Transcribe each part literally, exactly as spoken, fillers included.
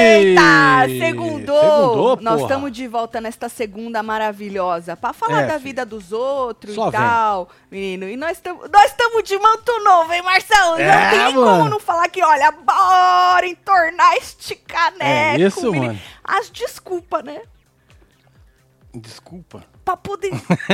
Eita! Segundou! Segundou, Nós porra. estamos de volta nesta segunda maravilhosa pra falar É, da filho. vida dos outros Só e tal, menino. E nós estamos nós estamos de manto novo, hein, Marcelo? É, não tem nem como mano. não falar que, olha, bora entornar este caneco, É isso, menino. mano. As desculpas, né? Desculpa. Pra poder...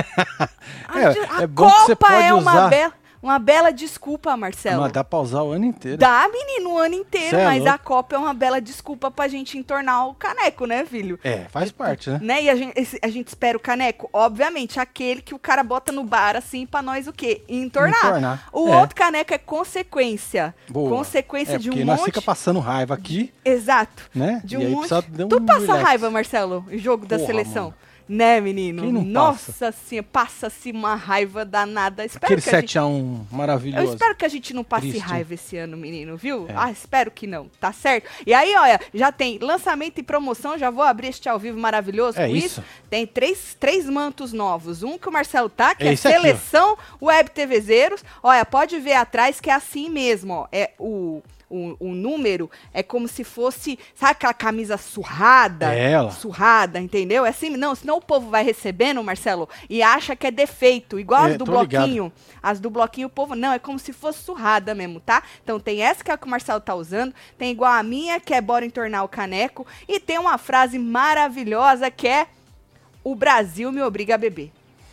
A, É, de- a é bom que você Copa pode é uma usar. bela, uma bela desculpa, Marcelo. Mas dá pra usar o ano inteiro. Dá, menino, o ano inteiro, Cê é mas louco. a Copa é uma bela desculpa pra gente entornar o caneco, né, filho? É, faz parte, né? Né? E a gente, esse- a gente espera o caneco, obviamente, aquele que o cara bota no bar, assim, pra nós o quê? Entornar. Entornar. O É. outro caneco é consequência. Boa. Consequência É, de um porque nós monte... fica passando raiva aqui, Exato. né? De e um aí monte... precisa dar um Tu passa relax. raiva, Marcelo, o jogo da Porra, seleção? mano. Né, menino? Quem não Nossa senhora, passa-se uma raiva danada. Espero Aquele que a gente... sete a um maravilhoso. Eu espero que a gente não passe Triste. raiva esse ano, menino, viu? É. Ah, espero que não, tá certo? E aí, olha, já tem lançamento e promoção, já vou abrir este ao vivo maravilhoso É com isso. isso. Tem três, três mantos novos. Um que o Marcelo tá, que É é, esse aqui, ó. Seleção Web TVzeiros. Olha, pode ver atrás que é assim mesmo, ó. É o... O, o número é como se fosse, sabe aquela camisa surrada? É ela. Surrada, entendeu? É assim, não, senão o povo vai recebendo, Marcelo, e acha que é defeito, igual É, as do tô bloquinho. ligado. As do bloquinho, o povo, não, é como se fosse surrada mesmo, tá? Então tem essa que é a que o Marcelo tá usando, tem igual a minha, que é bora entornar o caneco, e tem uma frase maravilhosa que é: o Brasil me obriga a beber.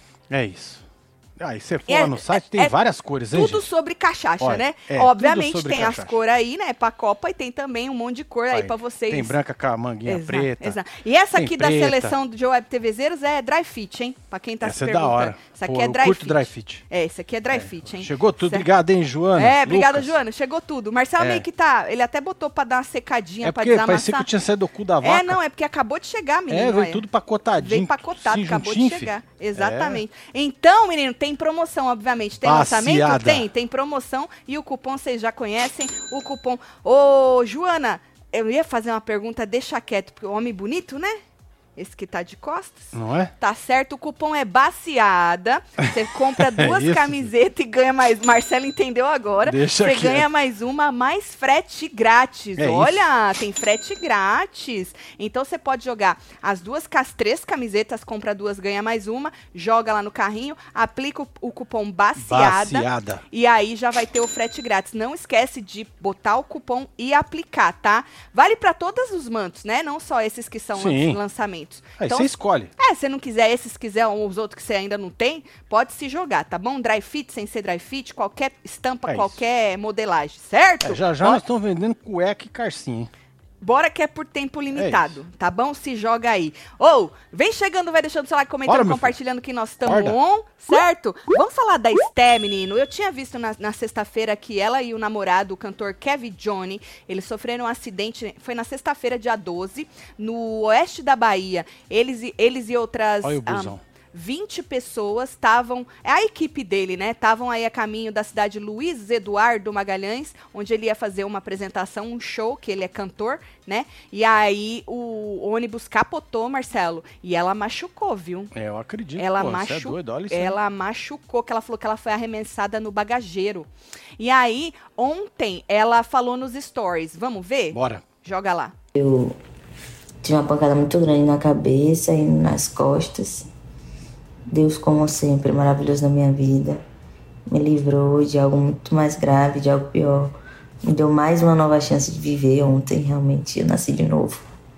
É isso. Aí você for É- lá no site, tem é várias cores, hein, Tudo gente? sobre cachaça, Olha, né? é, tudo Obviamente sobre tem cachaça. as cores aí, né, pra Copa, e tem também um monte de cor aí Aí, pra vocês. Tem branca com a manguinha Exato, preta. exato. E essa tem aqui da preta. seleção de Web TVzeiros é dry fit, hein? Pra quem tá Essa se é da perguntando. hora. Essa aqui Pô, é eu dry curto fit. dry fit. É, esse aqui é dry fit, hein? Chegou tudo. Certo. Obrigado, hein, Joana? É, obrigada, Lucas. Joana. Chegou tudo. O Marcelo É. meio que tá. Ele até botou pra dar uma secadinha, É pra porque parecia que desamassar. eu tinha saído do cu da vaca. É, não, é porque acabou de chegar, menino. É, veio olha. tudo pacotadinho. Veio empacotado, assim, acabou juntinho, de chegar. filho. Exatamente. Então, menino, tem promoção, obviamente. Tem Passeada. lançamento? Tem, tem promoção. E o cupom vocês já conhecem. O cupom. Ô, Joana, eu ia fazer uma pergunta, deixa quieto, porque o homem bonito, né? Esse que tá de costas. Não é? Tá certo, o cupom é baciada. Você compra duas isso, camisetas e ganha mais. Marcelo entendeu agora. Deixa Você quieto. ganha mais uma, mais frete grátis. É Olha, tem frete grátis. Então você pode jogar as duas, as três camisetas, compra duas, ganha mais uma, joga lá no carrinho, aplica o, o cupom baciada. Baciada. E aí já vai ter o frete grátis. Não esquece de botar o cupom e aplicar, tá? Vale pra todos os mantos, né? Não só esses que são Sim. lançamentos. Aí Então, você escolhe. é, se não quiser esses, se quiser os outros que você ainda não tem, pode se jogar, tá bom? Dry fit, sem ser dry fit, qualquer estampa, É isso. qualquer modelagem, certo? É, já já Ó, nós estamos vendendo cueca e carcinha, hein? Bora que é por tempo limitado, tá bom? Se joga aí. Ou, vem chegando, vai deixando seu like, comentando, Bora, meu compartilhando que nós estamos Acorda. on, certo? Vamos falar da Esté, menino. Eu tinha visto na, na sexta-feira que ela e o namorado, o cantor Kevin Johnny, eles sofreram um acidente, foi na sexta-feira, dia doze, no oeste da Bahia. Eles, e- eles e outras... Olha o ah, busão. vinte pessoas estavam, é a equipe dele, né? Estavam aí a caminho da cidade Luiz Eduardo Magalhães, onde ele ia fazer uma apresentação, um show, que ele é cantor, né? E aí o ônibus capotou, Marcelo, e ela machucou, viu? É, eu acredito. Ela pô, você é machucou, doido, olha isso aí. ela machucou, que ela falou que ela foi arremessada no bagageiro. E aí, ontem, ela falou nos stories, vamos ver? Bora. Joga lá. Eu tive uma pancada muito grande na cabeça e nas costas. Deus, como sempre, maravilhoso na minha vida, me livrou de algo muito mais grave, de algo pior. Me deu mais uma nova chance de viver. Ontem, realmente, eu nasci de novo.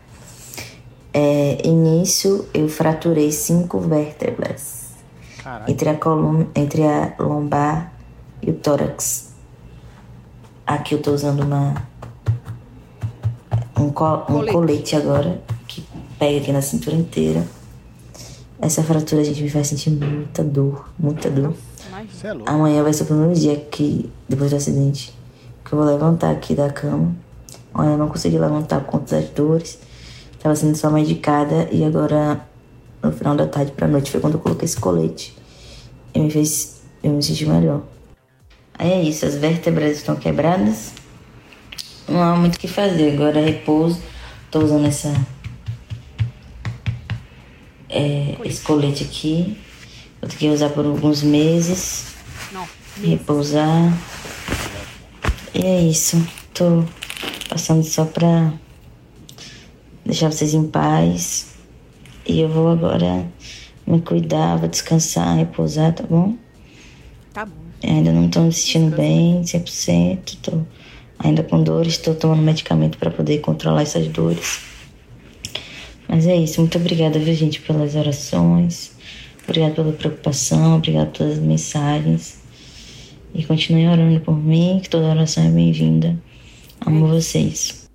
É, e nisso, eu fraturei cinco vértebras Caralho. entre a coluna, entre a lombar e o tórax. Aqui eu tô usando uma um, co- um Colete. colete agora que pega aqui na cintura inteira. Essa fratura, a gente, me faz sentir muita dor, muita dor. Imagina. Você é louco. Amanhã vai ser o primeiro dia que, depois do acidente, que eu vou levantar aqui da cama. Olha, eu não consegui levantar por conta das dores. Tava sendo só medicada e agora, no final da tarde pra noite, foi quando eu coloquei esse colete. E me fez eu me sentir melhor. Aí é isso, as vértebras estão quebradas. Não há muito o que fazer, agora é repouso. Tô usando essa... É, esse colete aqui. Vou ter que usar por alguns meses. Não. Repousar. E é isso. Tô passando só pra deixar vocês em paz. E eu vou agora me cuidar, vou descansar, repousar, tá bom? Tá bom. Ainda não tô me sentindo bem, cem por cento. Tô ainda com dores, tô tomando medicamento pra poder controlar essas dores. Mas é isso, muito obrigada, viu, gente, pelas orações. Obrigada pela preocupação, obrigada por todas as mensagens. E continuem orando por mim, que toda oração é bem-vinda. Amo vocês.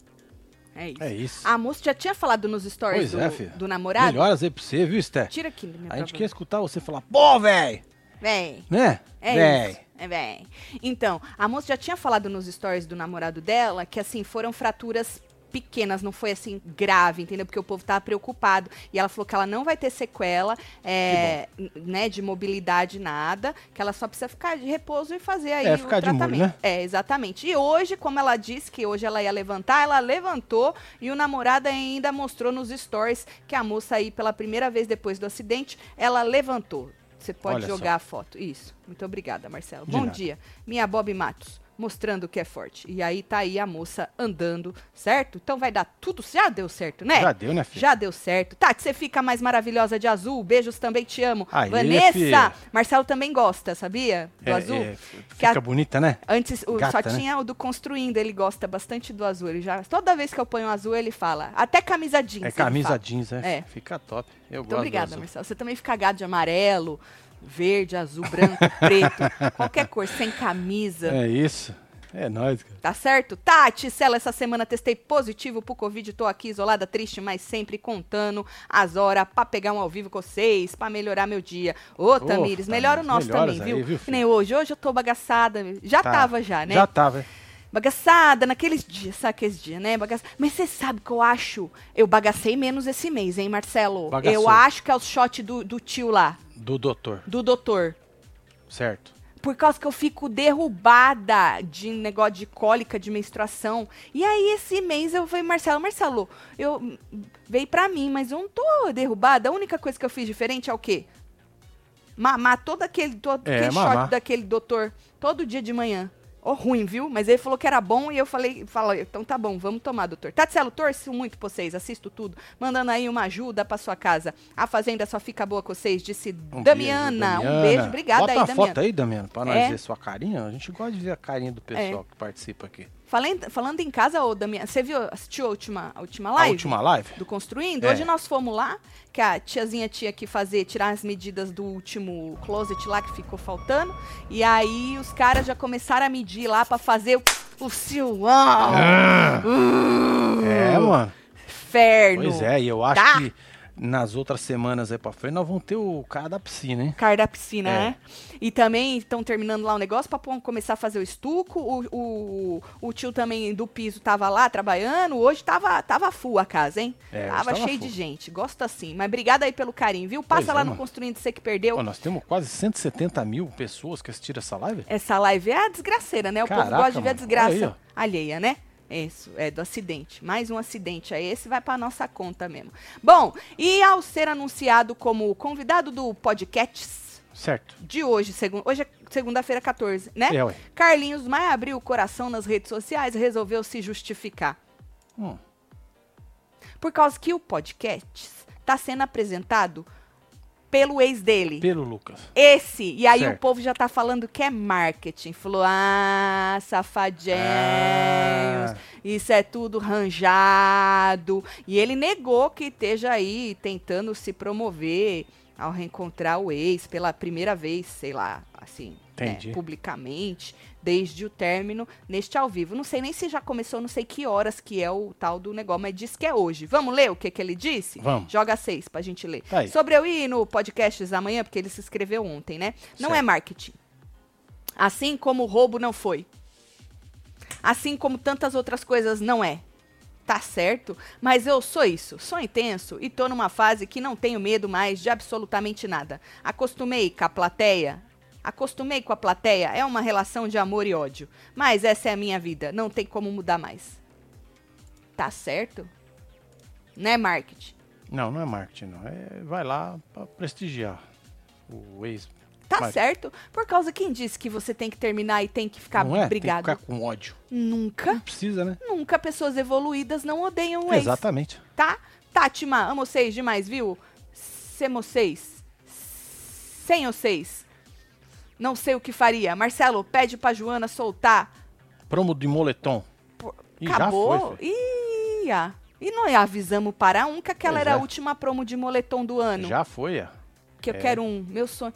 É isso. É isso. A moça já tinha falado nos stories Pois é, do, filho. do namorado. Melhoras aí pra você, viu, Esther? Tira aqui da minha A gente própria- quer escutar você falar, pô, véi! Véi. Né? É Véi. isso. É bem. Então, a moça já tinha falado nos stories do namorado dela que, assim, foram fraturas pequenas, não foi, assim, grave, entendeu? Porque o povo tava preocupado. E ela falou que ela não vai ter sequela, é, n- né, de mobilidade, nada, que ela só precisa ficar de repouso e fazer aí É, o ficar de molho, tratamento. né? É, exatamente. E hoje, como ela disse que hoje ela ia levantar, ela levantou e o namorado ainda mostrou nos stories que a moça aí, pela primeira vez depois do acidente, ela levantou. Você pode Olha jogar só. a foto. Isso. Muito obrigada, Marcelo. De Bom nada. dia. Minha Bob Matos, mostrando que é forte. E aí tá aí a moça andando, certo? Então vai dar tudo. Já deu certo, né? Já deu, né, filho? Já deu certo. Tati, você fica mais maravilhosa de azul. Beijos, também te amo. Aí, Vanessa, filha. Marcelo também gosta, sabia? Do É, azul. é, Que a- fica bonita, né? Antes o, Gata, só né? tinha o do Construindo, ele gosta bastante do azul. Ele já, toda vez que eu ponho azul, ele fala. Até camisa jeans. É ele camisa fala. jeans, é. É. Fica top. Eu Muito gosto obrigada, do azul. Marcelo. Você também fica gado de amarelo, verde, azul, branco, preto, qualquer cor, sem camisa. É isso. É nóis, cara. Tá certo? Tati, Cela, essa semana testei positivo pro Covid, tô aqui isolada, triste, mas sempre contando as horas pra pegar um ao vivo com vocês, pra melhorar meu dia. Ô, Tamires, melhora o Tamires, nosso melhoras também, aí, viu? viu, Que filho? nem hoje. Hoje eu tô bagaçada. Já Tá. tava já, né? Já tava, é. Bagaçada naqueles dias, sabe aqueles dias, né? Bagaça... Mas você sabe que eu acho. Eu bagacei menos esse mês, hein, Marcelo? Bagaçou. Eu acho que é o shot do, do tio lá, Do doutor, do doutor. certo? Por causa que eu fico derrubada de negócio de cólica, de menstruação. E aí, esse mês eu falei, Marcelo, Marcelo, eu veio pra mim, mas eu não tô derrubada. A única coisa que eu fiz diferente é o quê? Mamar todo aquele, todo É, aquele mamar. shot daquele doutor todo dia de manhã. Ó, ruim, viu? Mas ele falou que era bom e eu falei, falei, então tá bom, vamos tomar, doutor. Tatselo, torço muito pra vocês, assisto tudo, mandando aí uma ajuda pra sua casa. A Fazenda só fica boa com vocês, disse Um Damiana. beijo, Um beijo, obrigada Bota aí, uma Damiana. foto aí, Damiana, pra nós É. ver sua carinha. A gente gosta de ver a carinha do pessoal É. que participa aqui. Falando, falando em casa, ô Damiana, você viu, assistiu a última, a última A live? última live? Do Construindo? É. Hoje nós fomos lá, que a tiazinha tinha que fazer, tirar as medidas do último closet lá que ficou faltando. E aí os caras já começaram a medir lá pra fazer o, o Silão. Ah, Uh, é, mano. Inferno. Pois é, e eu acho Tá. que nas outras semanas aí pra frente nós vamos ter o cara da piscina, hein? Cara da piscina, É. né? E também estão terminando lá o negócio pra pô- começar a fazer o estuco. O, o, o tio também do piso tava lá trabalhando. Hoje tava, tava full a casa, hein? É, hoje tava tava cheio full. de gente. Gosto assim. Mas obrigada aí pelo carinho, viu? Passa Pois é, lá no mano. Construindo Você que perdeu. Pô, nós temos quase cento e setenta mil pessoas que assistiram essa live. Essa live é a desgraceira, né? O povo Caraca, gosta de ver a mano. desgraça Olha aí, alheia, né? Isso, é do acidente. Mais um acidente aí, esse vai pra nossa conta mesmo. Bom, e ao ser anunciado como convidado do podcast Certo. de hoje, segun, hoje é segunda-feira, quatorze, né? É, ué. Carlinhos Maia abriu o coração nas redes sociais e resolveu se justificar. Hum. Por causa que o podcast está sendo apresentado pelo ex dele. Pelo Lucas. Esse. E aí Certo. o povo já tá falando que é marketing. Falou, ah, safadinhos, Ah. isso é tudo ranjado. E ele negou que esteja aí tentando se promover ao reencontrar o ex pela primeira vez, sei lá, assim, né, Entendi. publicamente, desde o término neste ao vivo. Não sei nem se já começou, não sei que horas que é o tal do negócio, mas diz que é hoje. Vamos ler o que, que ele disse? Vamos. Joga seis pra gente ler. Tá aí. Sobre eu ir no podcast amanhã, porque ele se inscreveu ontem, né? Não Certo. é marketing. Assim como o roubo não foi. Assim como tantas outras coisas não é. Tá certo? Mas eu sou isso, sou intenso e tô numa fase que não tenho medo mais de absolutamente nada. Acostumei com a plateia. Acostumei com a plateia, é uma relação de amor e ódio. Mas essa é a minha vida, não tem como mudar mais. Tá certo? Não é marketing. Não, não é marketing, não. É, vai lá pra prestigiar o ex. Tá Mas- certo. Por causa, quem disse que você tem que terminar e tem que ficar Não é? brigado? Tem que ficar com ódio. Nunca, Não precisa, né? nunca pessoas evoluídas não odeiam o ex. Exatamente. Tá? Tátima, amo vocês demais, viu? Semo vocês. Sem vocês. Não sei o que faria. Marcelo, pede pra Joana soltar. Promo de moletom. Pô, E já acabou. foi, Ih, ah. E nós avisamos para um que aquela Pois era é. a última promo de moletom do ano. Já foi, é. Que eu É. quero um. Meu sonho.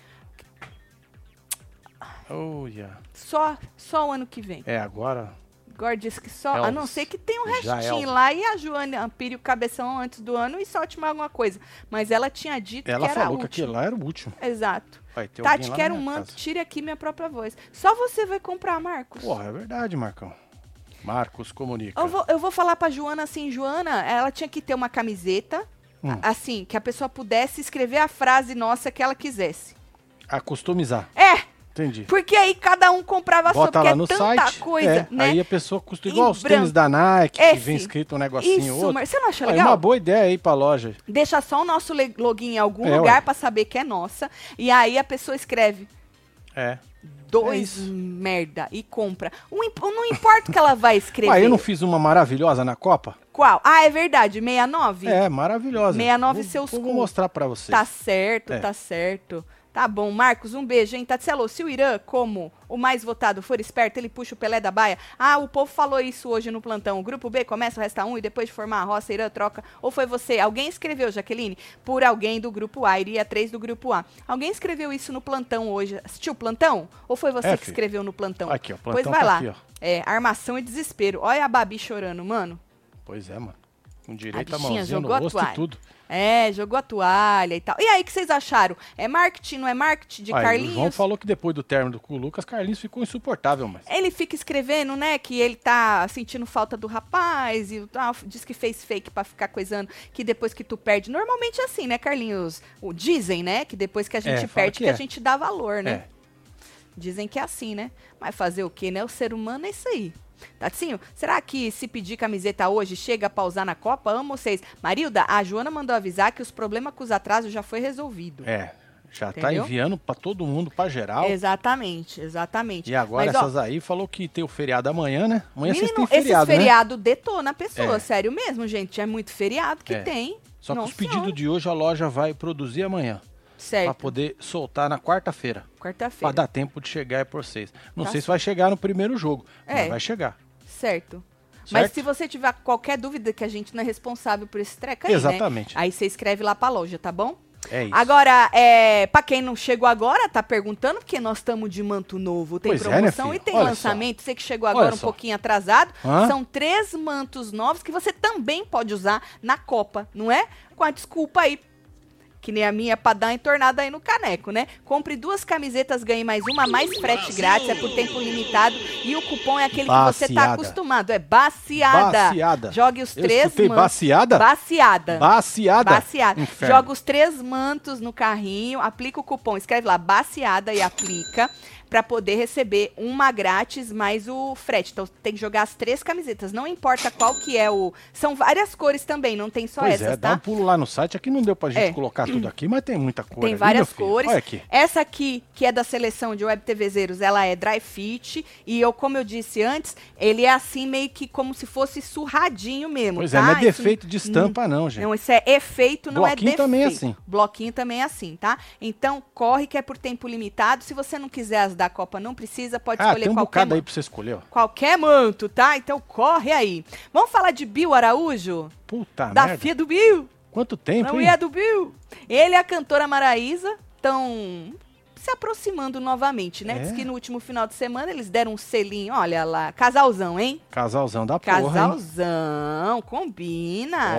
Oh, yeah. Só, só o ano que vem. É, agora... Agora diz que só. Elvis. A não ser que tenha um Já restinho Elvis. lá e a Joana ampire o cabeção antes do ano e solte mais alguma coisa. Mas ela tinha dito Ela que era a falou que última. aquilo lá era o último. Exato. Vai ter Tati, alguém lá quero na um minha manto, casa. tire aqui minha própria voz. Só você vai comprar, Marcos. Porra, é verdade, Marcão. Marcos comunica. Eu vou, eu vou falar pra Joana assim, Joana, ela tinha que ter uma camiseta, Hum. a- assim, que a pessoa pudesse escrever a frase nossa que ela quisesse. A customizar. É, Entendi. porque aí cada um comprava a sua, Bota porque lá é no tanta site. coisa, é, né? Aí a pessoa custa Em igual os branco. tênis da Nike, Esse. que vem escrito um negocinho Isso, outro. mas você não acha Aí legal? uma boa ideia aí pra loja. Deixa só o nosso le- login em algum É, lugar ué. pra saber que é nossa. E aí a pessoa escreve É. dois É isso. merda e compra. O imp- não importa o que ela vai escrever. Ué, eu não fiz uma maravilhosa na Copa? Qual? Ah, é verdade, sessenta e nove? É, maravilhosa. sessenta e nove vou, seus vou cu. mostrar pra vocês. Tá certo, É. tá certo. Tá bom, Marcos, um beijo, hein? Tatselo, se o Irã, como o mais votado, for esperto, ele puxa o Pelé da baia. Ah, o povo falou isso hoje no plantão. O grupo B começa, resta um, e depois de formar a roça, Irã troca. Ou foi você? Alguém escreveu, Jaqueline? Por alguém do grupo A, iria três do grupo A. Alguém escreveu isso no plantão hoje. Assistiu o plantão? Ou foi você É, que filho. escreveu no plantão? Aqui, ó, o Pois plantão vai tá lá. aqui, ó. É, armação e desespero. Olha a Babi chorando, mano. Pois é, mano. Com direito a bichinha mãozinha no jogou a rosto toalha. e tudo. É, jogou a toalha e tal. E aí, o que vocês acharam? É marketing, não é marketing de Aí, Carlinhos? o João falou que depois do término do com o Lucas, Carlinhos ficou insuportável, mas... Ele fica escrevendo, né, que ele tá sentindo falta do rapaz e tal, diz que fez fake pra ficar coisando, que depois que tu perde, normalmente é assim, né, Carlinhos? O, dizem, né, que depois que a gente É, fala perde que que, é. a gente dá valor, né? É. Dizem que é assim, né? Mas fazer o quê, né? O ser humano é isso aí. Tatinho, será que se pedir camiseta hoje chega a pausar na Copa? Amo vocês. Marilda, a Joana mandou avisar que os problemas com os atrasos já foi resolvido. É, já tá Entendeu? enviando pra todo mundo, pra geral. Exatamente, exatamente. E agora Mas, ó, essas aí falou que tem o feriado amanhã, né? Amanhã vocês menino, têm feriado, esses né? feriado detona a pessoa, É. sério mesmo, gente. É muito feriado que É. tem. Só que Não, os pedidos senhora. de hoje a loja vai produzir amanhã. Pra Certo, poder soltar na quarta-feira. Pra quarta-feira. dar tempo de chegar aí pra vocês. Não Tá sei se vai chegar no primeiro jogo, É. mas vai chegar. Certo. Mas Certo? se você tiver qualquer dúvida que a gente não é responsável por esse treco aí, né? Exatamente. Aí você escreve lá pra loja, tá bom? É isso. Agora, é, pra quem não chegou agora, tá perguntando, porque nós estamos de manto novo, tem Pois é, né, promoção filho? e tem Olha lançamento. Você que chegou agora Olha um só. pouquinho atrasado, Hã? são três mantos novos que você também pode usar na Copa, não é? Com a desculpa aí, que nem a minha, pra dar uma entornada aí no caneco, né? Compre duas camisetas, ganhe mais uma, mais frete grátis, é por tempo limitado, e o cupom é aquele que você tá Baciada. acostumado, é baciada. Baciada. Jogue os Eu três escutei mantos. baciada? Baciada. Baciada? Baciada. Inferno. Joga os três mantos no carrinho, aplica o cupom, escreve lá, baciada e aplica, pra poder receber uma grátis mais o frete. Então tem que jogar as três camisetas, não importa qual que é o... São várias cores também, não tem só Pois essas, é, dá tá? um pulo lá no site. Aqui não deu pra gente É. colocar tudo aqui, mas tem muita cor Tem ali, várias meu filho. cores. Olha aqui. Essa aqui, que é da seleção de Web TVzeiros, ela é dry fit. E eu, como eu disse antes, ele é assim meio que como se fosse surradinho mesmo, Pois tá? é, não é Isso defeito de estampa não, gente. Não, isso é efeito, não é Bloquinho defeito. também é assim. Bloquinho também é assim, tá? Então, corre que é por tempo limitado. Se você não quiser as da Copa, não precisa, pode Ah, escolher tem um qualquer bocado aí manto. pra você escolher, ó. Qualquer manto, tá? Então, corre aí. Vamos falar de Bill Araújo? Puta da merda. filha do Bill. Quanto tempo, Não hein? ia do Bill. Ele e a cantora Maraísa estão se aproximando novamente, né? É. Diz que no último final de semana eles deram um selinho, olha lá, casalzão, hein? Casalzão da porra, hein? Casalzão, combina.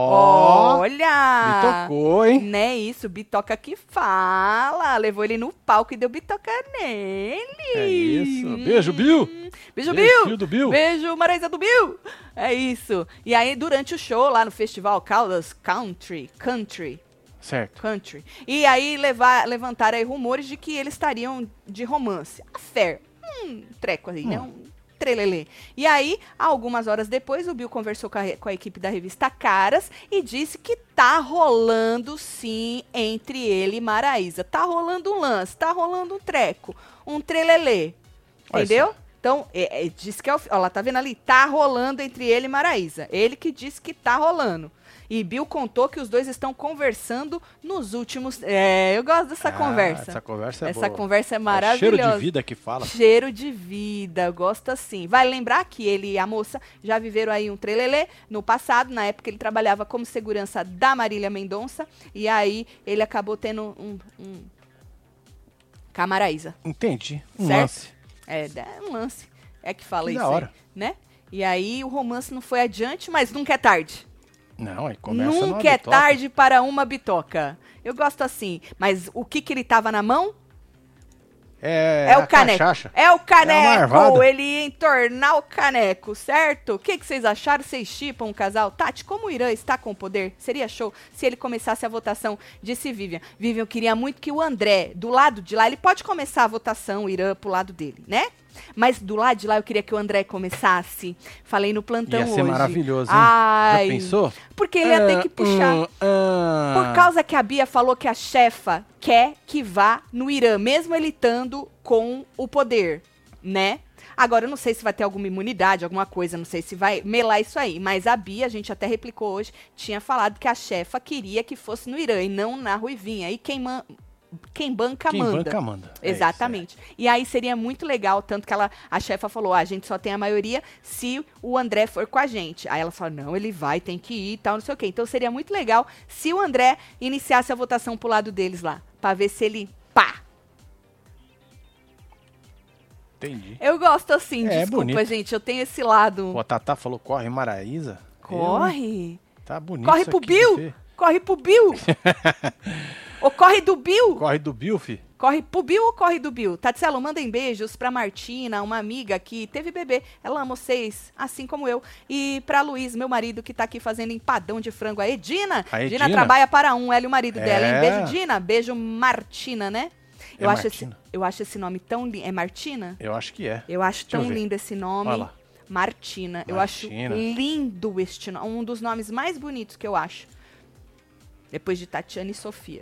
Ó, Olha! me tocou, hein? Né, isso, Bitoca que fala. Levou ele no palco e deu bitoca nele. É isso. Beijo, Bill. Beijo, Beijo, Bill. filho do Bill. Beijo, Maraísa do Bill. É isso. E aí, durante o show lá no festival Caldas Country, Country, Certo. Country. E aí levar, levantaram aí rumores de que eles estariam de romance. A fé. Um treco aí, né? Hum. Um trelelê. E aí, algumas horas depois, o Bill conversou com a, com a equipe da revista Caras e disse que tá rolando, sim, entre ele e Maraísa. Tá rolando um lance, tá rolando um treco, um trelelê. Entendeu? Então, é, é, diz que é o... Ó, lá, tá vendo ali? Tá rolando entre ele e Maraísa. Ele que disse que tá rolando. E Bill contou que os dois estão conversando nos últimos... É, eu gosto dessa ah, conversa. Essa conversa é Essa boa. conversa é maravilhosa. É cheiro de vida que fala. Cheiro de vida, eu gosto assim. Vai lembrar que ele e a moça já viveram aí um trelelê no passado. Na época ele trabalhava como segurança da Marília Mendonça. E aí ele acabou tendo um... um... com a Maraísa. Entendi. Um certo? lance. É, é um lance. É que fala que isso da hora. aí, né? E aí o romance não foi adiante, mas nunca é tarde. Não, aí começa Nunca é bitoca. tarde para uma bitoca. Eu gosto assim. Mas o que que ele tava na mão? É, É o caneco. Cachaça. É o É caneco. Ele ia entornar o caneco, certo? O que que vocês acharam? Vocês chipam um casal? Tati, como o Irã está com o poder? Seria show se ele começasse a votação, disse Vivian. Vivian queria muito que o André, do lado de lá, ele pode começar a votação, o Irã, pro lado dele, né? Mas do lado de lá eu queria que o André começasse. Falei no plantão hoje. Ia ser hoje. Maravilhoso, hein? Ai, já pensou? Porque ele ia ter que puxar. Uh, uh, uh. Por causa que a Bia falou que a chefa quer que vá no Irã, mesmo ele estando com o poder, né? Agora, eu não sei se vai ter alguma imunidade, alguma coisa, não sei se vai melar isso aí. Mas a Bia, a gente até replicou hoje, tinha falado que a chefa queria que fosse no Irã e não na Ruivinha. E quem manda... Quem banca, Quem manda. banca, manda. É Exatamente. Isso, é. E aí seria muito legal, tanto que ela, a chefa falou, ah, a gente só tem a maioria se o André for com a gente. Aí ela falou, não, ele vai, tem que ir e tal, não sei o quê. Então seria muito legal se o André iniciasse a votação pro lado deles lá, pra ver se ele, pá. Entendi. Eu gosto assim, É, desculpa, bonito. gente, eu tenho esse lado. Pô, a Tatá falou, corre, Maraísa. Corre. Eu, tá bonito. Corre isso pro aqui, Bill. Fê. Corre pro Bill. Ou corre do Bill. Corre do Bill, fi. Corre pro Bill ou corre do Bill? Tatselo, mandem beijos pra Martina, uma amiga que teve bebê. Ela ama vocês, assim como eu. E pra Luiz, meu marido, que tá aqui fazendo empadão de frango. A Edina. A Edina Edina trabalha para um, ela e o marido É. dela, hein? Beijo, Dina. Beijo, Martina, né? É Eu acho, esse, Martina. eu acho esse nome tão lindo. É Martina? Eu acho que é. Eu acho Deixa eu tão ver. lindo esse nome. Olha lá. Martina. Eu acho Martina. lindo este nome. Um dos nomes mais bonitos que eu acho. Depois de Tatiana e Sofia.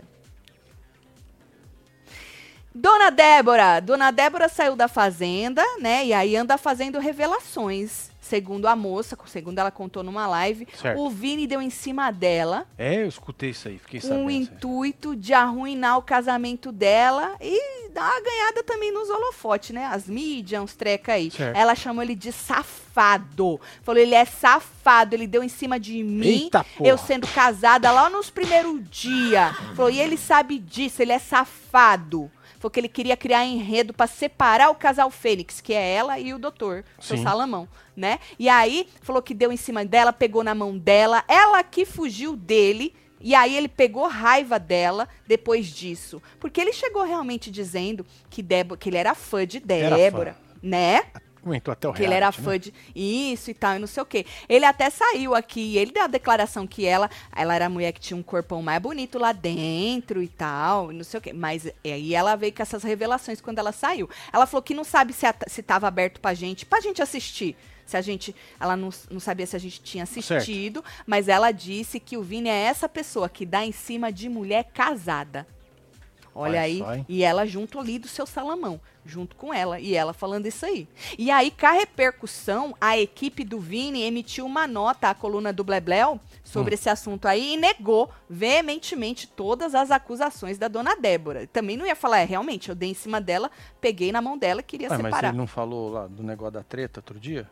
Dona Débora. Dona Débora saiu da fazenda, né? E aí anda fazendo revelações. Segundo a moça, segundo ela contou numa live, Certo. o Vini deu em cima dela É, eu escutei isso aí, fiquei com sabendo. o isso aí. intuito de arruinar o casamento dela e dar uma ganhada também nos holofotes, né? As mídias, uns treca aí. Certo. Ela chamou ele de safado. Falou, ele é safado, ele deu em cima de mim, Eita, porra. eu sendo casada lá nos primeiros dias. Falou, e ele sabe disso, ele é safado. Falou que ele queria criar enredo pra separar o casal Fênix, que é ela e o doutor, seu Sim. Salamão, né? E aí, falou que deu em cima dela, pegou na mão dela, ela que fugiu dele, e aí ele pegou raiva dela depois disso. Porque ele chegou realmente dizendo que, Débora, que ele era fã de Débora, fã. né? Comentou até o Que ele era reality, fã né? de isso e tal, e não sei o quê. Ele até saiu aqui, ele deu a declaração que ela, ela era a mulher que tinha um corpão mais bonito lá dentro e tal, e não sei o quê. Mas aí ela veio com essas revelações quando ela saiu. Ela falou que não sabe se, a, se tava aberto pra gente, pra gente assistir. Se a gente, ela não, não sabia se a gente tinha assistido, certo. Mas ela disse que o Vini é essa pessoa que dá em cima de mulher casada. Olha aí, só, e ela junto ali do seu Salamão, junto com ela, e ela falando isso aí. E aí, com a repercussão, a equipe do Vini emitiu uma nota à coluna do Blebleu sobre hum. esse assunto aí e negou veementemente todas as acusações da dona Débora. Também não ia falar, é, realmente, eu dei em cima dela, peguei na mão dela e queria Ué, separar. Mas ele não falou lá do negócio da treta outro dia?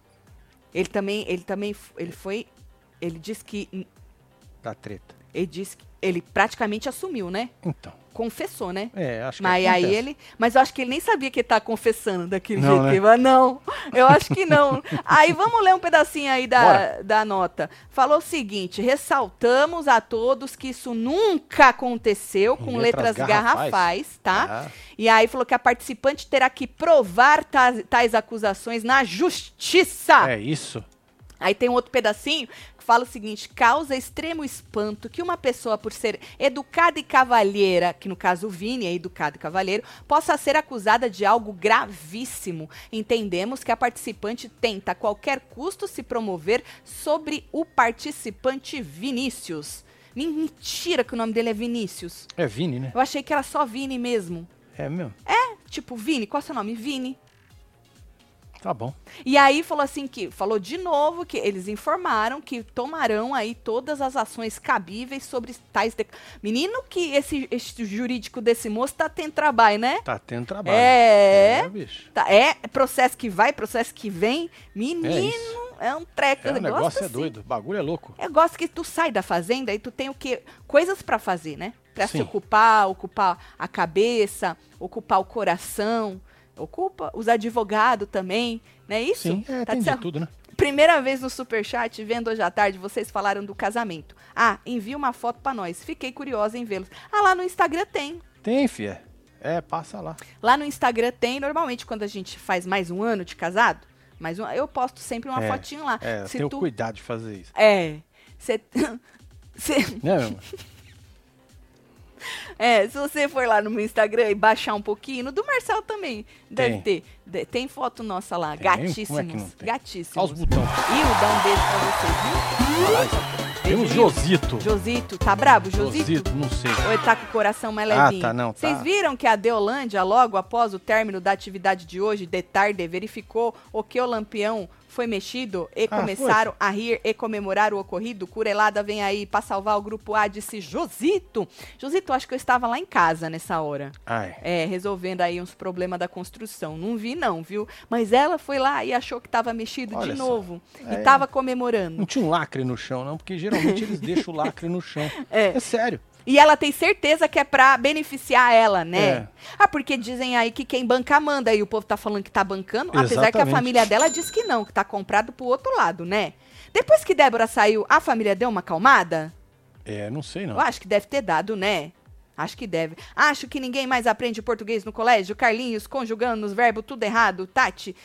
Ele também, ele também, ele foi, ele disse que... Da treta. Ele disse que ele praticamente assumiu, né? Então. Confessou, né? É, acho que Mas acontece. aí ele. Mas eu acho que ele nem sabia que ele tá confessando daquele Não, jeito né? que ele vai. Não, eu acho que não. Aí vamos ler um pedacinho aí da, da nota. Falou o seguinte: ressaltamos a todos que isso nunca aconteceu com Em letras, letras garrafais, garrafais, tá? Ah. E aí falou que a participante terá que provar tais, tais acusações na justiça. É isso. Aí tem um outro pedacinho que fala o seguinte: causa extremo espanto que uma pessoa, por ser educada e cavalheira, que no caso o Vini é educado e cavalheiro, possa ser acusada de algo gravíssimo. Entendemos que a participante tenta a qualquer custo se promover sobre o participante Vinícius. Mentira que o nome dele é Vinícius. É Vini, né? Eu achei que era só Vini mesmo. É mesmo? É, tipo, Vini, qual é o seu nome? Vini. Tá bom. E aí falou assim que, falou de novo que eles informaram que tomarão aí todas as ações cabíveis sobre tais... De... Menino, que esse, esse jurídico desse moço tá tendo trabalho, né? Tá tendo trabalho. É, é bicho. Tá, é processo que vai, processo que vem. Menino, é, é um treco. É, o negócio assim. é doido, o bagulho é louco. Eu gosto que tu sai da fazenda e tu tem o quê? Coisas pra fazer, né? Pra Sim. se ocupar, ocupar a cabeça, ocupar o coração, ocupa os advogados também, não é isso? Sim, é, tem de tudo, né? Primeira vez no Superchat, vendo hoje à tarde, vocês falaram do casamento. Ah, envia uma foto pra nós. Fiquei curiosa em vê-los. Ah, lá no Instagram tem. Tem, fia. É, passa lá. Lá no Instagram tem, normalmente quando a gente faz mais um ano de casado, mais um, eu posto sempre uma é, fotinho lá. É, Se tenho tu... cuidado de fazer isso. É. Cê... Cê... Né, meu? É, se você for lá no meu Instagram e baixar um pouquinho, no do Marcelo também deve Tem. ter. De, tem foto nossa lá, Tem? gatíssimos. Como é que não tem? Gatíssimos. Olha os botões. Ih, dá um beijo pra vocês, viu? Tem uns Josito. Josito, tá brabo, Josito? Josito, não sei. Ou ele tá com o coração mais Ah, levinho? tá, não, tá. Vocês viram que a Deolândia, logo após o término da atividade de hoje, de tarde, verificou o que o Lampião foi mexido e Ah, começaram a rir e comemorar o ocorrido? Curelada vem aí pra salvar o grupo A, disse Josito. Josito, acho que eu estava lá em casa nessa hora. Ai. É, resolvendo aí uns problemas da construção. Não vi não, viu? Mas ela foi lá e achou que estava mexido Olha de só. novo. É. E tava comemorando. Não tinha um lacre no chão, não, porque geralmente eles deixam o lacre no chão. É. É sério. E ela tem certeza que é pra beneficiar ela, né? É. Ah, porque dizem aí que quem banca manda. E o povo tá falando que tá bancando. Apesar que a Exatamente. família dela diz que não, que tá comprado pro outro lado, né? Depois que Débora saiu, a família deu uma acalmada? É, não sei não. Eu acho que deve ter dado, né? Acho que deve. Acho que ninguém mais aprende português no colégio. Carlinhos conjugando os verbos tudo errado. Tati,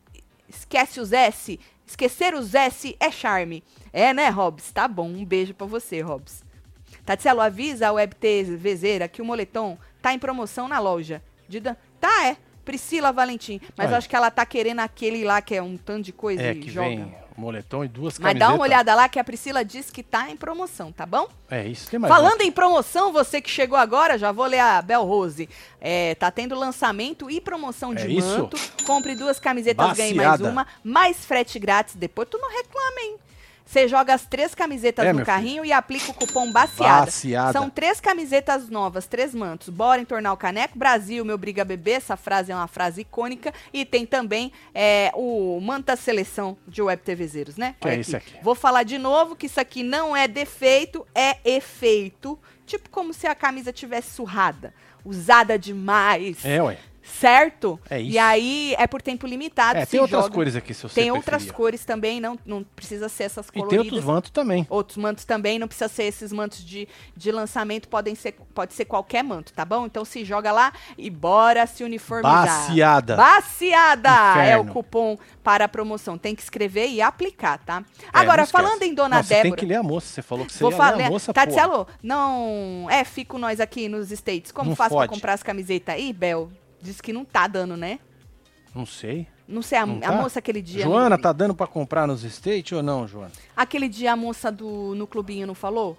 esquece os S. Esquecer os S é charme. É, né, Robs? Tá bom. Um beijo pra você, Robs. Tatselo, avisa a WebTVzeira que o moletom tá em promoção na loja. Dida... Tá, é. Priscila Valentim. Mas Olha. eu acho que ela tá querendo aquele lá que é um tanto de coisa É e que joga. vem moletom e duas Mas camisetas. dá uma olhada lá que a Priscila disse que tá em promoção, tá bom? É isso. Tem mais Falando em promoção, você que chegou agora, já vou ler a Bel Rose. É, tá tendo lançamento e promoção de É isso? manto. Compre duas camisetas, ganhe mais Baciada. uma. Mais frete grátis. Depois tu não reclama, hein? Você joga as três camisetas É, no meu carrinho e aplica o cupom Baciada. Baciada. São três camisetas novas, três mantos. Bora entornar o caneco. Brasil, meu briga bebê. Essa frase é uma frase icônica. E tem também é, o Manta Seleção de WebTVzeiros, né? Que Olha é esse aqui. Vou falar de novo que isso aqui não é defeito, é efeito. Tipo como se a camisa tivesse surrada. Usada demais. É, ué. Certo? É isso. E aí é por tempo limitado. É, se tem outras joga. cores aqui, se você Tem outras preferir. cores também, não, não precisa ser essas E coloridas. tem outros mantos também. Outros mantos também, não precisa ser esses mantos de, de lançamento, podem ser, pode ser qualquer manto, tá bom? Então se joga lá e bora se uniformizar. Baciada. Baciada é o Inferno. cupom para a promoção. Tem que escrever e aplicar, tá? É, Agora, não esquece. falando em Dona Não, você Débora... tem que ler a moça. Você falou que você Vou ia falar, ler a moça, Tati porra. Alô, não... É, fico nós aqui nos States. Como Não faz pra fode. comprar as camisetas aí, Bel? Diz que não tá dando, né? Não sei. Não sei, a, Não a tá? moça aquele dia... Joana, tá dando pra comprar nos States ou não, Joana? Aquele dia a moça do, no clubinho não falou?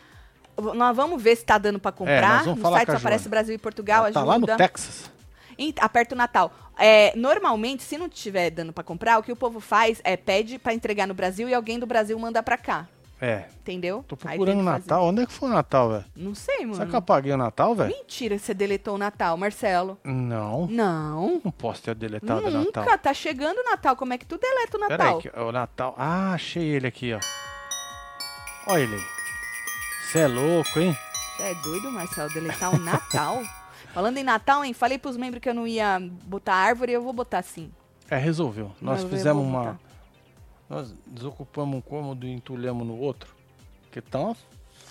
V- Nós vamos ver se tá dando pra É, comprar. nós vamos No falar site com a só aparece Joana. Brasil e Portugal, Ela tá ajuda. lá no Texas. Em- aperta o Natal. É, normalmente, se não tiver dando pra comprar, o que o povo faz é pede pra entregar no Brasil e alguém do Brasil manda pra cá. É. Entendeu? Tô Aí procurando tem o que fazer. Natal. Onde é que foi o Natal, velho? Não sei, mano. Será que eu apaguei o Natal, velho? Mentira que você deletou o Natal, Marcelo. Não. Não. Não posso ter deletado o Nunca. Natal. Tá chegando o Natal. Como é que tu deleta o Pera aí, Natal? que- o Natal. Ah, achei ele aqui, ó. Olha ele aí. Você é louco, hein? Você é doido, Marcelo? Deletar o Natal? Falando em Natal, hein? Falei pros membros que eu não ia botar árvore e eu vou botar sim. É, resolveu. Nós Eu vou fizemos botar. uma. Nós desocupamos um cômodo e entulhamos no outro. Que tá uma.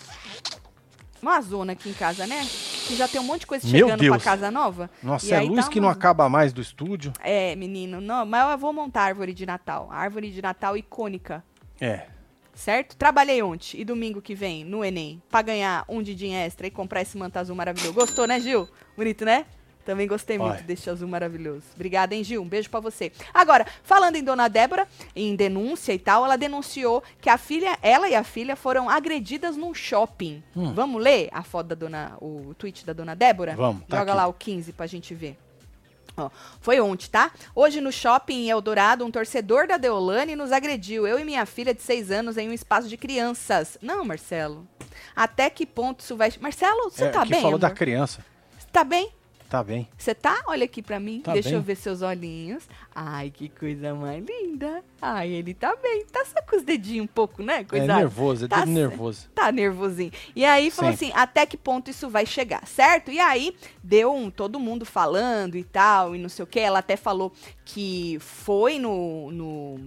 Uma zona aqui em casa, né? Que já tem um monte de coisa Meu chegando Deus. pra casa nova. Nossa, E é aí luz tá que não uma- acaba mais do estúdio. É, menino. Não, mas eu vou montar árvore de Natal. Árvore de Natal icônica. É. certo? Trabalhei ontem e domingo que vem no Enem pra ganhar um din extra e comprar esse manto azul maravilhoso. Gostou, né, Gil? Bonito, né? Também gostei muito Olha. desse azul maravilhoso. Obrigada, hein, Gil? Um beijo pra você. Agora, falando em Dona Débora, em denúncia e tal, ela denunciou que a filha, ela e a filha foram agredidas num shopping. Hum. Vamos ler a foto da dona, o tweet da Dona Débora? Vamos, tá Joga aqui. lá o quinze pra gente ver. Ó, foi ontem, tá? Hoje no shopping em Eldorado, um torcedor da Deolane nos agrediu. Eu e minha filha de seis anos em um espaço de crianças. Não, Marcelo. Até que ponto isso vai... Marcelo, você É, tá que bem, falou amor? da criança. Tá bem? Tá bem. Você tá? Olha aqui pra mim. Tá Deixa bem. eu ver seus olhinhos. Ai, que coisa mais linda. Ai, ele tá bem. Tá só com os dedinhos um pouco, né? É Coisado. nervoso, é Tá dedo ce- nervoso. Tá nervosinho. E aí falou Sempre. assim, até que ponto isso vai chegar, certo? E aí deu um, todo mundo falando e tal, e não sei o que. Ela até falou que foi no... no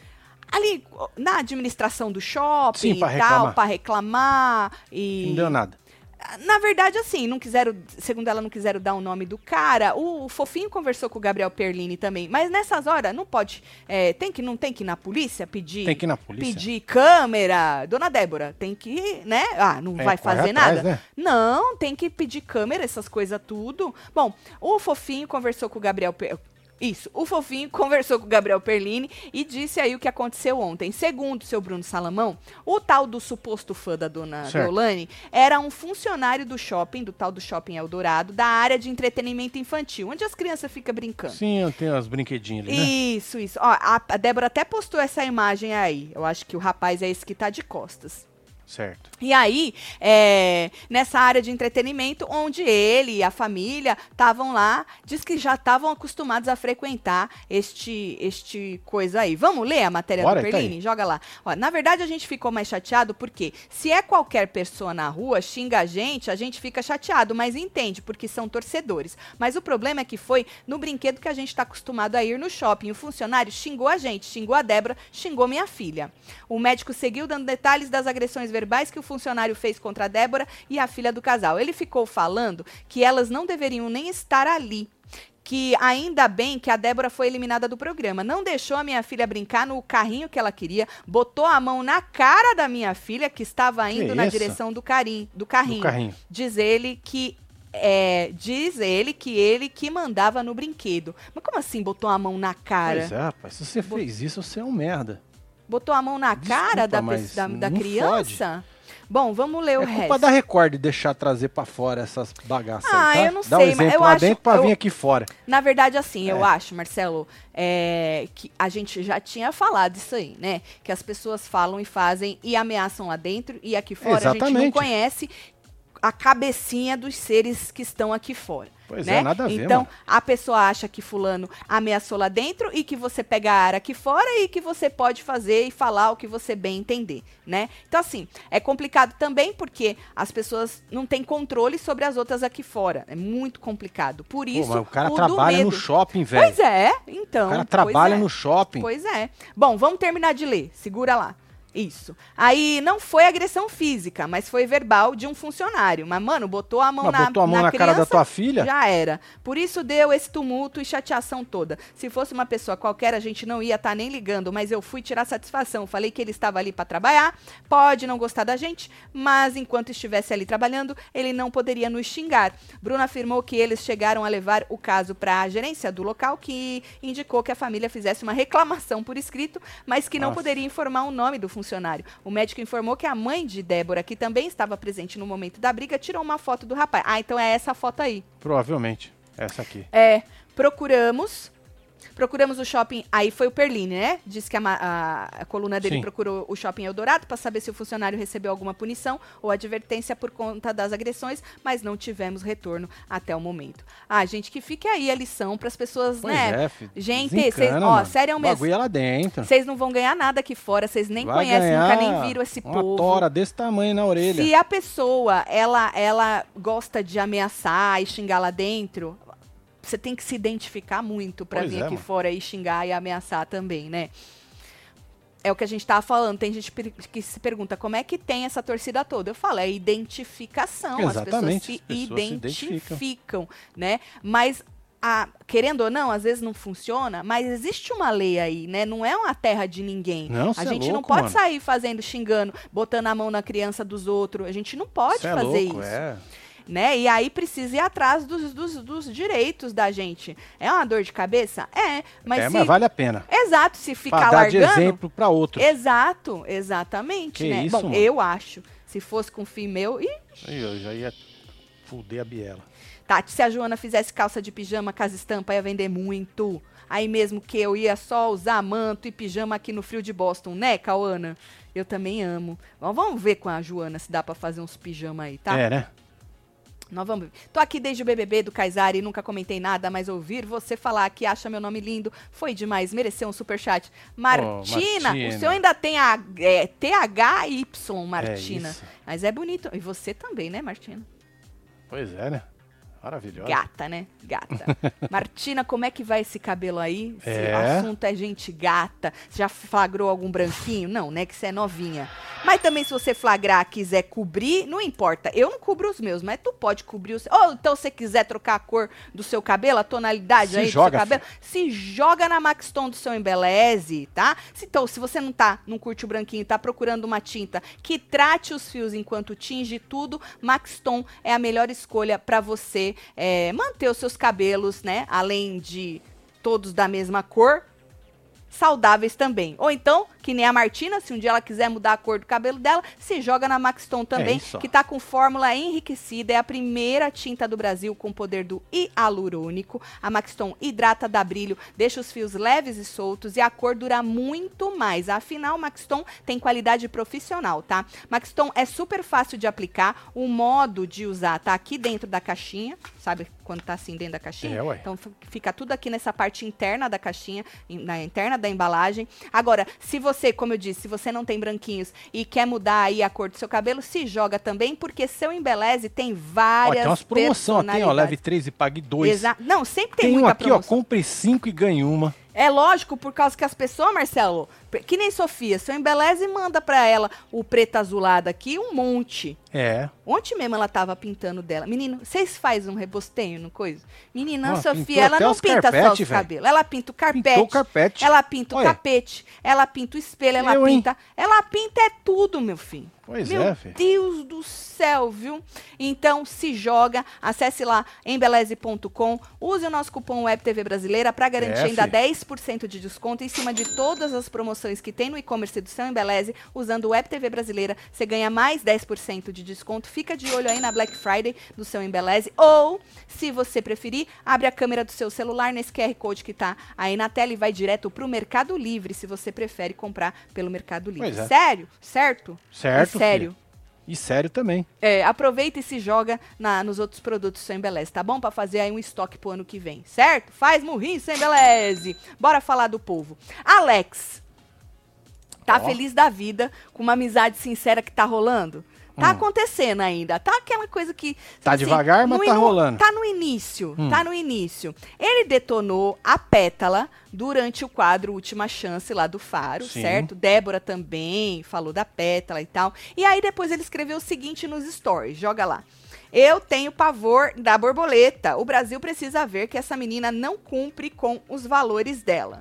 ali na administração do shopping Sim, e pra tal, reclamar. pra reclamar. E... Não deu nada. Na verdade, assim, não quiseram, segundo ela, não quiseram dar o nome do cara. O, o Fofinho conversou com o Gabriel Perlini também. Mas nessas horas, não pode. É, tem que, não tem que ir na polícia pedir. Tem que ir na polícia. Pedir câmera. Dona Débora, tem que, né? Ah, não É, vai corre fazer atrás, nada? né? Não, tem que pedir câmera, essas coisas tudo. Bom, o Fofinho conversou com o Gabriel Per- Isso, o Fofinho conversou com o Gabriel Perlini e disse aí o que aconteceu ontem. Segundo o seu Bruno Salamão, o tal do suposto fã da dona Certo. Deolane era um funcionário do shopping, do tal do Shopping Eldorado, da área de entretenimento infantil, onde as crianças ficam brincando. Sim, eu tenho os brinquedinhos ali, né? Isso, isso. Ó, a, a Débora até postou essa imagem aí. Eu acho que o rapaz é esse que tá de costas. Certo. E aí, é, nessa área de entretenimento, onde ele e a família estavam lá, diz que já estavam acostumados a frequentar este, este coisa aí. Vamos ler a matéria Bora, do tá Perlini? aí. Joga lá. Ó, na verdade, a gente ficou mais chateado porque se é qualquer pessoa na rua, xinga a gente, a gente fica chateado, mas entende, porque são torcedores. Mas o problema é que foi no brinquedo que a gente está acostumado a ir no shopping. O funcionário xingou a gente, xingou a Débora, xingou minha filha. O médico seguiu dando detalhes das agressões verbais que o funcionário fez contra a Débora e a filha do casal. Ele ficou falando que elas não deveriam nem estar ali. Que ainda bem que a Débora foi eliminada do programa. Não deixou a minha filha brincar no carrinho que ela queria, botou a mão na cara da minha filha, que estava indo na isso? direção do, carinho, do carrinho. Do carrinho. Diz ele que. É, diz ele que ele que mandava no brinquedo. Mas como assim botou a mão na cara? Pois é, rapaz. Se você fez isso, você é um merda. Botou a mão na Desculpa, cara da, mas da, da não criança? Bom, vamos ler o É resto. culpa da Record de deixar trazer pra fora essas bagaças Ah, aí, tá? eu não Dá sei, um mas exemplo eu lá acho- dentro pra eu- vir aqui fora. Na verdade, assim, eu É. acho, Marcelo, é, que a gente já tinha falado isso aí, né? Que as pessoas falam e fazem e ameaçam lá dentro e aqui fora a gente não Exatamente. conhece a cabecinha dos seres que estão aqui fora. Pois né? é, nada a ver, Então, mano. a pessoa acha que fulano ameaçou lá dentro e que você pega a área aqui fora e que você pode fazer e falar o que você bem entender, né? Então, assim, é complicado também porque as pessoas não têm controle sobre as outras aqui fora. É muito complicado. Por Pô, isso, mas o cara o do trabalha no medo. shopping, velho. Pois é, então. O cara pois trabalha é. no shopping. Pois é. Bom, vamos terminar de ler. Segura lá. Isso. Aí não foi agressão física, mas foi verbal de um funcionário. Mas, mano, botou a mão Mas na botou a mão na cara da criança, tua filha? já era. Por isso deu esse tumulto e chateação toda. Se fosse uma pessoa qualquer, a gente não ia estar nem ligando, mas eu fui tirar satisfação. Falei que ele estava ali para trabalhar, pode não gostar da gente, mas enquanto estivesse ali trabalhando, ele não poderia nos xingar. Bruno afirmou que eles chegaram a levar o caso para a gerência do local, que indicou que a família fizesse uma reclamação por escrito, mas que não Nossa. poderia informar o nome do funcionário. O médico informou que a mãe de Débora, que também estava presente no momento da briga, tirou uma foto do rapaz. Ah, então é essa foto aí. Provavelmente. Essa aqui. É, procuramos. Procuramos o shopping, aí foi o Perlini, né? Disse que a, ma- a- a coluna dele Sim. procurou o shopping Eldorado para saber se o funcionário recebeu alguma punição ou advertência por conta das agressões, mas não tivemos retorno até o momento. Ah, gente, que fique aí a lição para as pessoas, Pois né? é, filho. Gente, Desencana, vocês, ó, mano. sério O mesmo. bagulho é lá dentro. Vocês não vão ganhar nada aqui fora, vocês nem Vai conhecem, ganhar nunca nem viram esse uma povo. tora desse tamanho na orelha. Se a pessoa, ela, ela gosta de ameaçar e xingar lá dentro, você tem que se identificar muito pra Pois vir é, aqui mano. fora e xingar e ameaçar também, né? É o que a gente tava falando. Tem gente per- que se pergunta como é que tem essa torcida toda. Eu falo, é identificação. As pessoas Exatamente, se as pessoas se identificam, identificam. né? Mas a, querendo ou não, às vezes não funciona, mas existe uma lei aí, né? Não é uma terra de ninguém. Não, a cê é gente louco, não pode mano. sair fazendo, xingando, botando a mão na criança dos outros. A gente não pode Cê é fazer louco, isso. É. Né? E aí precisa ir atrás dos, dos, dos direitos da gente. É uma dor de cabeça? É. Mas, é, se... mas vale a pena. Exato, se ficar Pra dar de largando... exemplo pra outro. Exato, exatamente, Que né? isso, Bom, mano? eu acho. Se fosse com filho meu... Ih, Aí eu já ia fuder a biela. Tati, se a Joana fizesse calça de pijama com as estampas, ia vender muito. Aí mesmo que eu ia só usar manto e pijama aqui no frio de Boston, né, Cauana? Eu também amo. Mas vamos ver com a Joana se dá pra fazer uns pijama aí, tá? É, né? Nós vamos ver. Tô aqui desde o B B B do Kaysari, nunca comentei nada, mas ouvir você falar que acha meu nome lindo foi demais, mereceu um superchat. Martina, Martina. o seu ainda tem a é, T H Y, Martina. É isso. Mas é bonito. E você também, né, Martina? Pois é, né? Maravilhosa. Gata, né? Gata. Martina, como é que vai esse cabelo aí? Se É. o assunto é gente gata. Você já flagrou algum branquinho? Não, né? Que você é novinha. Mas também se você flagrar, quiser cobrir, não importa. Eu não cubro os meus, mas tu pode cobrir os... Ou então se você quiser trocar a cor do seu cabelo, a tonalidade Se aí joga, do seu cabelo, se joga na Maxton do seu Embeleze, tá? Se, então, se você não tá, não curte o branquinho, tá procurando uma tinta que trate os fios enquanto tinge tudo, Maxton é a melhor escolha pra você é, manter os seus cabelos, né? Além de todos da mesma cor, saudáveis também. Ou então, que nem a Martina, se um dia ela quiser mudar a cor do cabelo dela, se joga na Maxton também, isso. que tá com fórmula enriquecida, é a primeira tinta do Brasil com poder do hialurônico. A Maxton hidrata, dá brilho, deixa os fios leves e soltos e a cor dura muito mais. Afinal, Maxton tem qualidade profissional, tá? Maxton é super fácil de aplicar, o modo de usar tá aqui dentro da caixinha, sabe quando tá assim dentro da caixinha? É, ué. Então fica tudo aqui nessa parte interna da caixinha, na interna da embalagem. Agora, se você, como eu disse, se você não tem branquinhos e quer mudar aí a cor do seu cabelo, se joga também, porque seu Embeleze tem Ó, várias tem umas promoções, tem, ó, leve personalidades. três e pague dois. Exa- Não, sempre tem, Tem um muita aqui, ó, promoção. compre cinco e ganhe uma. É lógico, por causa que as pessoas, Marcelo, que nem Sofia, seu Embeleze manda pra ela o preto azulado aqui, um monte. É. Ontem mesmo ela tava pintando dela. Menino, vocês fazem um rebosteio no coisa? Menina, a Ah, pintou Sofia, ela até não os pinta só carpete, os velho. cabelos. Ela pinta o carpete. Pintou o carpete. Ela pinta o Olha. tapete. Ela pinta o espelho. Ela Eu, hein? pinta. Ela pinta é tudo, meu filho. Pois Meu é, filho. Deus do céu, viu? Então, se joga, acesse lá embeleze ponto com, use o nosso cupom WebTV Brasileira para garantir É, ainda fi. dez por cento de desconto em cima de todas as promoções que tem no e-commerce do seu Embeleze. Usando o WebTV Brasileira, você ganha mais dez por cento de desconto. Fica de olho aí na Black Friday do seu Embeleze. Ou, se você preferir, abre a câmera do seu celular nesse Q R Code que tá aí na tela e vai direto pro Mercado Livre, se você prefere comprar pelo Mercado Livre. Pois é. Sério? Certo? Certo, E sério. filho. E sério também. É, aproveita e se joga na, nos outros produtos sem Embeleze, tá bom? Pra fazer aí um estoque pro ano que vem, certo? Faz murrinho sem Embeleze. Bora falar do povo. Alex, tá Ó. feliz da vida com uma amizade sincera que tá rolando? Tá Hum. acontecendo ainda, tá aquela coisa que... Tá devagar, mas no tá inu- rolando. Tá no início, Hum. tá no início. Ele detonou a Pétala durante o quadro Última Chance lá do Faro, Sim. certo? Débora também falou da Pétala e tal. E aí depois ele escreveu o seguinte nos stories, joga lá. Eu tenho pavor da borboleta. O Brasil precisa ver que essa menina não cumpre com os valores dela.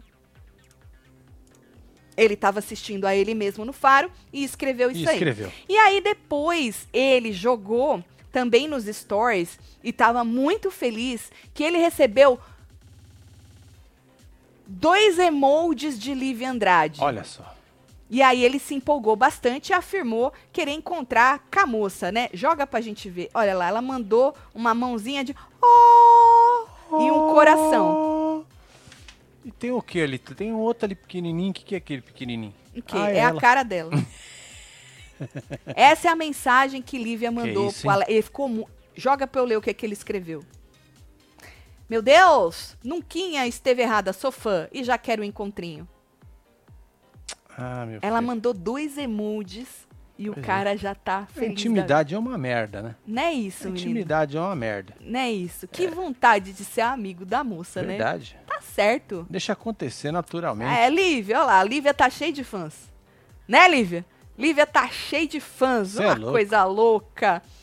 Ele estava assistindo a ele mesmo no Faro e escreveu isso E aí. escreveu. E aí depois ele jogou também nos stories e estava muito feliz que ele recebeu dois emojis de Lívia Andrade. Olha só. E aí ele se empolgou bastante e afirmou querer encontrar com a moça, né? Joga pra gente ver. Olha lá, ela mandou uma mãozinha de oh! E um coração. E tem o que ali? Tem um outro ali pequenininho. O que, que é aquele pequenininho? O quê? Ah, é ela. a cara dela. Essa é a mensagem que Lívia mandou isso, pro Ale... Ele ficou mu... Joga pra eu ler o que, é que ele escreveu. Meu Deus, nunca esteve errada, sou fã e já quero um encontrinho. Ah, meu Ela filho. mandou dois emojis e o Pois é. cara já tá A feliz. intimidade é uma merda, né? Da... Não é isso, A menino. intimidade é uma merda. Não é isso. Que vontade de ser amigo da moça, né? Verdade. Tá certo. Deixa acontecer naturalmente. É, Lívia, olha lá, a Lívia tá cheia de fãs. Né, Lívia? Lívia tá cheia de fãs. Cê é Uma louco. coisa louca.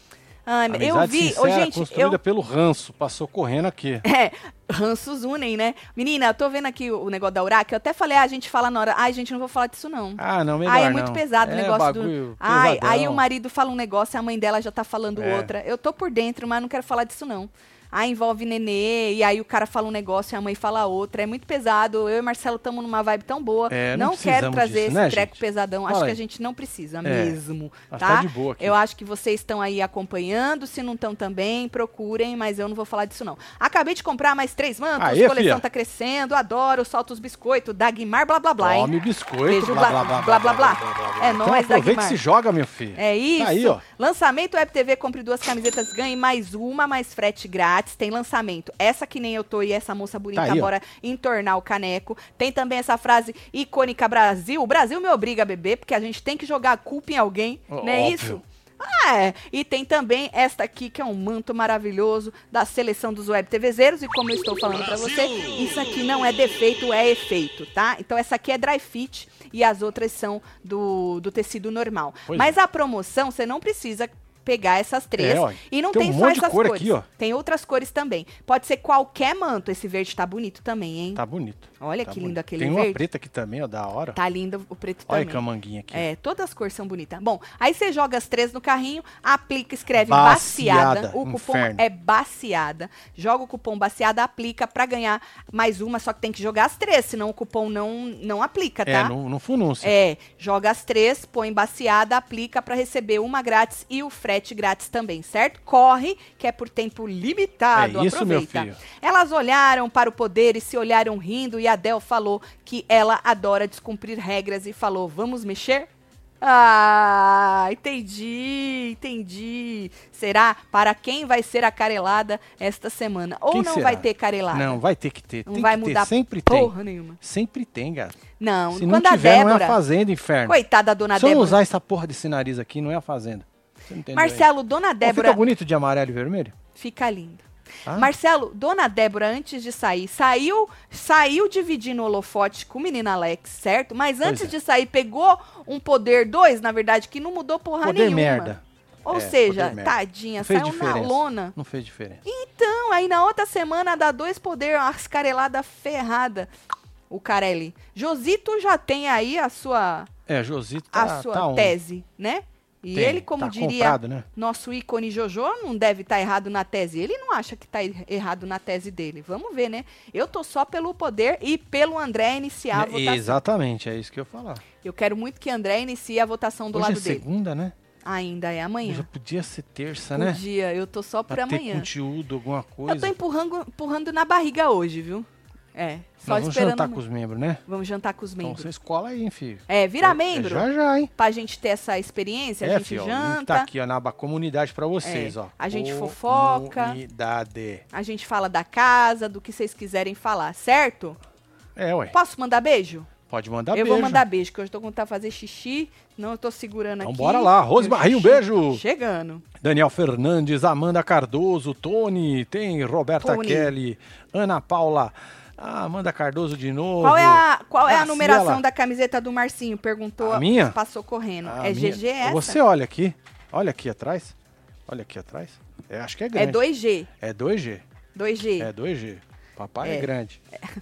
Ai, eu Amizade vi, sincera, ô, gente, construída eu... pelo ranço, passou correndo aqui. É, ranços unem, né? Menina, eu tô vendo aqui o, o negócio da Uraque, eu até falei, ah, a gente fala na hora, ai, gente, não vou falar disso não. Ah, não, melhor Ai, é muito não. pesado o É, negócio do... bagulho Ai, pesadão. aí o marido fala um negócio e a mãe dela já tá falando É. outra. Eu tô por dentro, mas não quero falar disso não. Aí envolve nenê, e aí o cara fala um negócio e a mãe fala outra. É muito pesado. Eu e Marcelo estamos numa vibe tão boa. É, não não quero precisamos trazer disso, esse né, treco gente? pesadão. Fala Acho que aí. a gente não precisa É, mesmo, mas tá? tá de boa aqui. Eu acho que vocês estão aí acompanhando. Se não estão também, procurem, mas eu não vou falar disso não. Acabei de comprar mais três mantos. Aê, a coleção fia. tá crescendo. Adoro. Solta os biscoitos. Dagmar, blá, blá, blá, hein? Come biscoito, Beijo, blá, blá, blá, blá, blá, blá. É Então nóis, aproveita e Dagmar. se joga, meu filho. É isso. Tá aí, ó. Lançamento Web T V, compre duas camisetas, ganhe mais uma, mais frete grátis. Tem lançamento. Essa que nem eu tô e essa moça bonita, Tá aí, ó. bora entornar o caneco. Tem também essa frase icônica Brasil. O Brasil me obriga a beber, porque a gente tem que jogar a culpa em alguém, Ó, não é óbvio. isso? Ah, é. E tem também esta aqui, que é um manto maravilhoso da seleção dos Web TVzeiros. E como eu estou falando pra você, isso aqui não é defeito, é efeito, tá? Então essa aqui é dry fit e as outras são do, do tecido normal. Pois Mas a promoção, você não precisa pegar essas três. É, ó, e não tem tem, um só monte de essas cor cores. aqui, ó. Tem outras cores também. Pode ser qualquer manto. Esse verde tá bonito também, hein? Tá bonito. Olha Tá que bonito. lindo aquele Tem verde. uma preta aqui também, ó, da hora. Tá lindo o preto Olha também. que a manguinha aqui. É, todas as cores são bonitas. Bom, aí você joga as três no carrinho, aplica, escreve Baciada, baciada. O cupom inferno. é baciada. Joga o cupom baciada, aplica pra ganhar mais uma, só que tem que jogar as três, senão o cupom não, não aplica, tá? É, no, no funúncio. É, joga as três, põe baciada, aplica pra receber uma grátis e o frete grátis também, certo? Corre, que é por tempo limitado. É isso, meu aproveita. filho. Elas olharam para o poder e se olharam rindo, e a Adele falou que ela adora descumprir regras e falou: vamos mexer? Ah, entendi, entendi. Será para quem vai ser a carelada esta semana? Ou Quem não será? vai ter carelada? Não, vai ter que ter. Não tem vai que mudar ter. Sempre porra tem. nenhuma. Sempre tem, cara. Não, Se não quando a tiver, não é Débora... a fazenda, inferno. Coitada da dona Se eu não Débora. usar essa porra desse nariz aqui, não é a fazenda. Você não entendeu aí? Marcelo, dona Ó, Débora... fica bonito de amarelo e vermelho? Fica lindo. Ah. Marcelo, dona Débora, antes de sair, saiu saiu dividindo o holofote com o menino Alex, certo? Mas Pois antes é. de sair, pegou um poder dois, na verdade, que não mudou porra Poder nenhuma. merda. Ou É, seja, poder merda. tadinha, Não fez saiu na diferença. lona. Não fez diferença. Então, aí na outra semana dá dois poderes, umas careladas ferrada. O Carelli. Josito já tem aí a sua, É, Josito a tá, sua tá on. tese, né? E Tem, ele, como tá diria comprado, né? nosso ícone Jojo, não deve estar errado na tese. Ele não acha que está errado na tese dele. Vamos ver, né? Eu tô só pelo poder e pelo André iniciar a É, votação. exatamente, é isso que eu ia falar. Eu quero muito que André inicie a votação do Hoje lado é dele. segunda, né? Ainda é amanhã. Já podia ser terça, O né? dia, eu tô só por Pra ter amanhã. conteúdo, alguma Eu coisa. tô empurrando, empurrando na barriga hoje, viu? É, só Nós vamos esperando. jantar amanhã. com os membros, né? Vamos jantar com os Então membros. você escola aí, hein, filho. É, vira É, membro. Já, já, hein? Pra gente ter essa experiência, a É, gente filho, ó, o link janta. tá aqui, ó, na aba comunidade pra vocês, É, ó. a gente fofoca. Comunidade. A gente fala da casa, do que vocês quiserem falar, certo? É, ué. Posso mandar beijo? Pode mandar eu beijo. vou mandar beijo, que hoje eu tô com vontade de fazer xixi. Não, eu tô segurando Então aqui. bora lá. Rosemarie, um Meu xixi beijo. Chegando. Daniel Fernandes, Amanda Cardoso, Tony, tem Roberta Tony. Kelly, Ana Paula, ah, Amanda Cardoso de novo. Qual é a, qual é a Graciela. numeração da camiseta do Marcinho? Perguntou. A minha? Passou correndo. Ah, é minha- G G essa? Você olha aqui, olha aqui atrás, olha aqui atrás. É, acho que é É grande. dois G. É dois G. dois G. É dois G. Papai é, É. grande.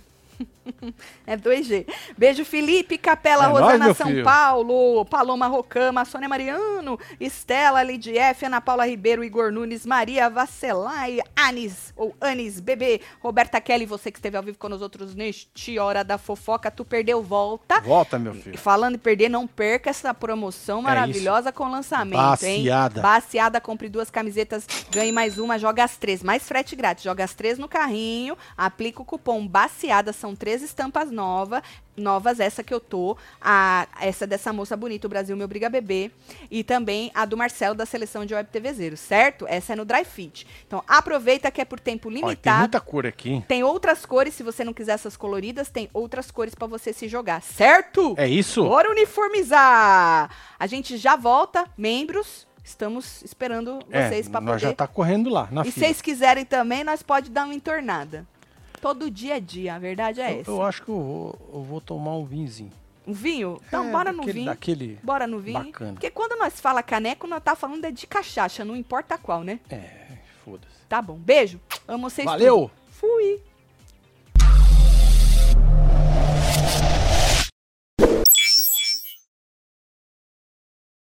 É dois G. Beijo, Felipe, Capela, É nóis, Rosana meu São filho. Paulo, Paloma Rocama, Sônia Mariano, Estela, Lidy F, Ana Paula Ribeiro, Igor Nunes, Maria Vasselay, Anis, ou Anis, Bebê, Roberta Kelly, você que esteve ao vivo com nós outros neste Hora da Fofoca, tu perdeu, volta. Volta, meu E filho. falando em perder, não perca essa promoção maravilhosa com lançamento, Baciada. hein? Baciada, compre duas camisetas, ganhe mais uma, joga as três. Mais frete grátis, joga as três no carrinho, aplica o cupom Baciada, são três estampas novas, novas, essa que eu tô, a, essa dessa moça bonita, o Brasil Me Obriga a Beber, e também a do Marcelo, da seleção de Web TVzero, certo? Essa é no Dry Fit. Então, aproveita que é por tempo Olha, tem limitado. muita cor aqui, hein? Tem outras cores, se você não quiser essas coloridas, tem outras cores pra você se jogar, certo? É isso? Bora uniformizar! A gente já volta, membros, estamos esperando vocês é, pra nós poder. já tá correndo lá, na E se fila. vocês quiserem também, nós pode dar uma entornada. Todo dia é dia, a verdade é eu, essa. eu acho que eu vou, eu vou tomar um vinzinho. Um vinho? Então É, bora no daquele- vinho. daquele Bora no vinho. bacana. Porque quando nós fala caneco, nós tá falando é de cachaça, não importa qual, né? É, foda-se. Tá bom. Beijo. Amo vocês Valeu! tudo. Fui.